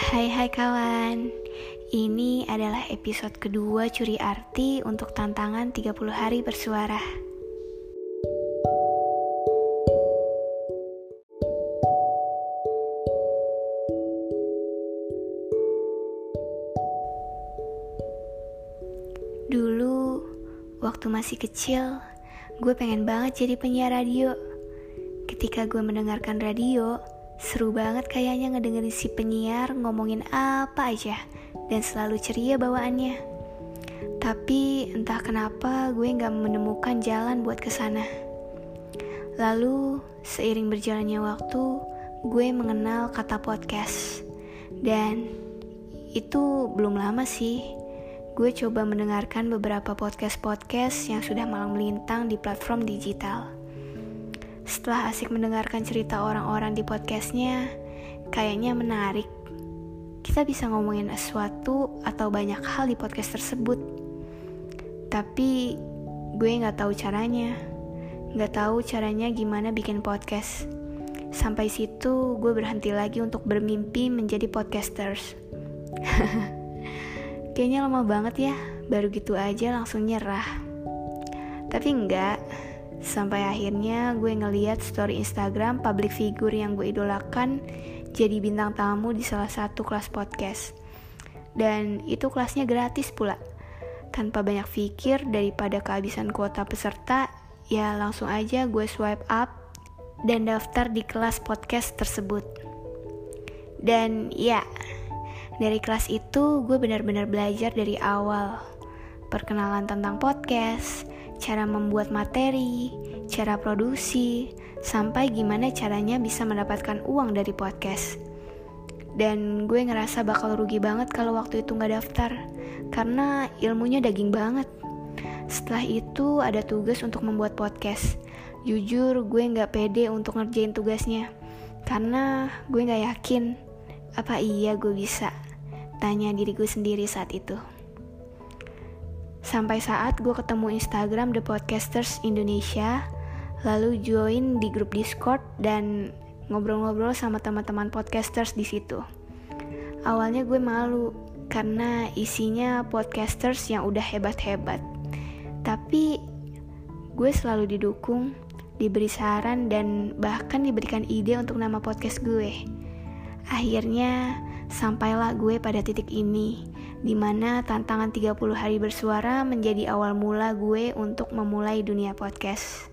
Hai kawan, ini adalah episode kedua Curi Arti untuk tantangan 30 hari bersuara. Dulu, waktu masih kecil, gue pengen banget jadi penyiar radio. Ketika gue mendengarkan radio, seru banget kayaknya ngedengerin si penyiar ngomongin apa aja dan selalu ceria bawaannya. Tapi entah kenapa gue gak menemukan jalan buat kesana. Lalu seiring berjalannya waktu, gue mengenal kata podcast. Dan itu belum lama sih. Gue coba mendengarkan beberapa podcast yang sudah malang melintang di platform digital. Setelah asik mendengarkan cerita orang-orang di podcastnya, kayaknya menarik. Kita bisa ngomongin sesuatu atau banyak hal di podcast tersebut. Tapi gue gak tahu caranya. Gak tahu caranya gimana bikin podcast. Sampai situ gue berhenti lagi untuk bermimpi menjadi podcasters. Kayaknya lama banget ya, baru gitu aja langsung nyerah. Tapi enggak. Sampai akhirnya gue ngeliat story Instagram public figure yang gue idolakan jadi bintang tamu di salah satu kelas podcast. Dan itu kelasnya gratis pula. Tanpa banyak pikir, daripada kehabisan kuota peserta, ya langsung aja gue swipe up dan daftar di kelas podcast tersebut. Dan ya, dari kelas itu gue benar-benar belajar dari awal. Perkenalan tentang podcast, cara membuat materi, cara produksi, sampai gimana caranya bisa mendapatkan uang dari podcast. Dan gue ngerasa bakal rugi banget kalau waktu itu gak daftar, karena ilmunya daging banget. Setelah itu ada tugas untuk membuat podcast. Jujur gue gak pede untuk ngerjain tugasnya, karena gue gak yakin apa iya gue bisa. Tanya diri gue sendiri saat itu. Sampai saat gue ketemu Instagram The Podcasters Indonesia, lalu join di grup Discord dan ngobrol-ngobrol sama teman-teman podcasters di situ. Awalnya gue malu karena isinya podcasters yang udah hebat-hebat. Tapi gue selalu didukung, diberi saran dan bahkan diberikan ide untuk nama podcast gue. Akhirnya sampailah gue pada titik ini, di mana tantangan 30 hari bersuara menjadi awal mula gue untuk memulai dunia podcast.